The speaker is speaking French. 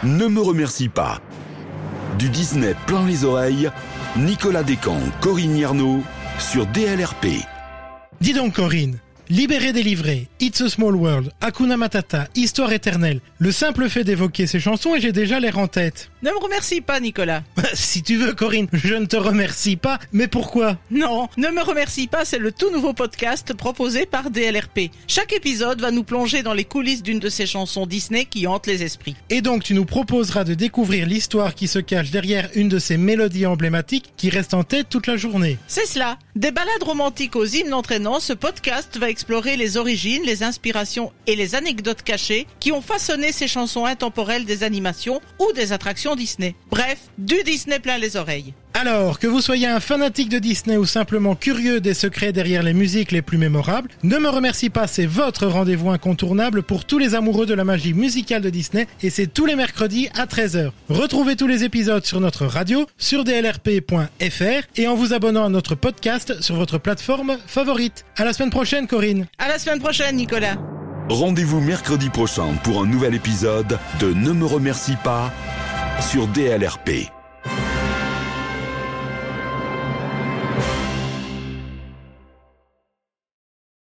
Ne me remercie pas. Du Disney plein les oreilles, Nicolas Descamps, Corinne Yarnaud sur DLRP. Dis donc Corinne, Libéré délivré, It's a Small World, Hakuna Matata, Histoire éternelle, le simple fait d'évoquer ces chansons et j'ai déjà l'air en tête. Ne me remercie pas, Nicolas. Si tu veux Corinne, je ne te remercie pas, mais pourquoi ? Non, ne me remercie pas, c'est le tout nouveau podcast proposé par DLRP. Chaque épisode va nous plonger dans les coulisses d'une de ces chansons Disney qui hantent les esprits. Et donc tu nous proposeras de découvrir l'histoire qui se cache derrière une de ces mélodies emblématiques qui restent en tête toute la journée. C'est cela. Des balades romantiques aux hymnes entraînants, ce podcast va explorer les origines, les inspirations et les anecdotes cachées qui ont façonné ces chansons intemporelles des animations ou des attractions Disney. Bref, du Disney plein les oreilles. Alors, que vous soyez un fanatique de Disney ou simplement curieux des secrets derrière les musiques les plus mémorables, Ne me remercie pas, c'est votre rendez-vous incontournable pour tous les amoureux de la magie musicale de Disney et c'est tous les mercredis à 13h. Retrouvez tous les épisodes sur notre radio, sur dlrp.fr et en vous abonnant à notre podcast sur votre plateforme favorite. À la semaine prochaine, Corinne. À la semaine prochaine, Nicolas. Rendez-vous mercredi prochain pour un nouvel épisode de Ne me remercie pas sur DLRP.